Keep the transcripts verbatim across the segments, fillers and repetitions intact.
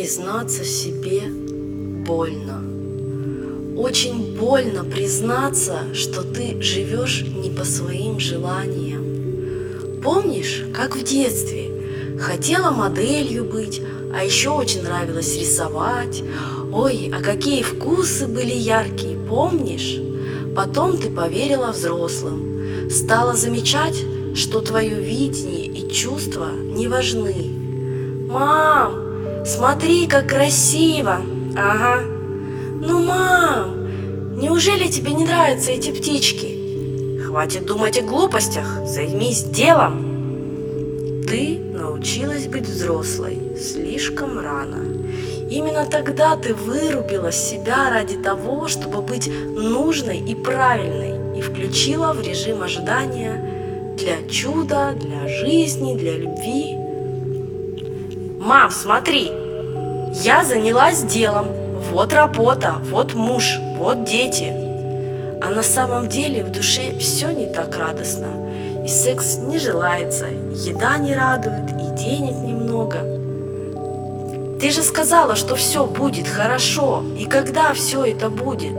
признаться себе больно. Очень больно признаться, что ты живешь не по своим желаниям. Помнишь, как в детстве хотела моделью быть, а еще очень нравилось рисовать? Ой, а какие вкусы были яркие, помнишь? Потом ты поверила взрослым, стала замечать, что твое видение и чувства не важны. Мам, смотри, как красиво! Ага. Ну, мам, неужели тебе не нравятся эти птички? Хватит думать о глупостях, займись делом. Ты научилась быть взрослой слишком рано. Именно тогда ты вырубила себя ради того, чтобы быть нужной и правильной, и включила в режим ожидания для чуда, для жизни, для любви. Мам, смотри, я занялась делом. Вот работа, вот муж, вот дети. А на самом деле в душе все не так радостно. И секс не желается, еда не радует, и денег немного. Ты же сказала, что все будет хорошо. И когда все это будет?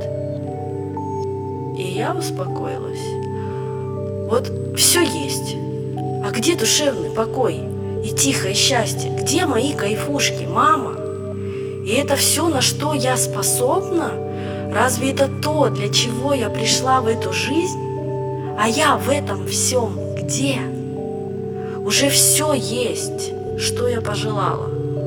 И я успокоилась. Вот все есть. А где душевный покой и тихое счастье? Где мои кайфушки, мама? И это все, на что я способна? Разве это то, для чего я пришла в эту жизнь? А я в этом всем где? Уже все есть, что я пожелала.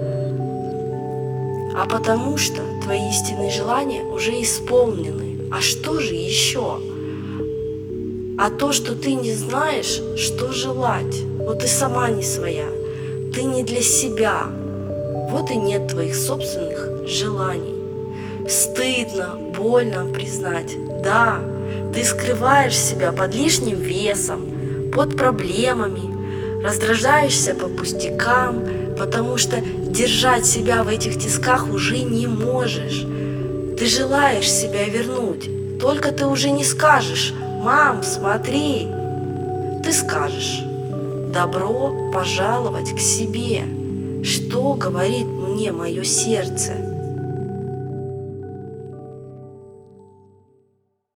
А потому что твои истинные желания уже исполнены. А что же еще? А то, что ты не знаешь, что желать. Вот ты сама не своя. Ты не для себя. Вот и нет твоих собственных желаний. Стыдно, больно признать. Да, ты скрываешь себя под лишним весом, под проблемами, раздражаешься по пустякам, потому что держать себя в этих тисках уже не можешь. Ты желаешь себя вернуть, только ты уже не скажешь: «Мам, смотри!» Ты скажешь: «Добро пожаловать к себе!» Что говорит мне мое сердце?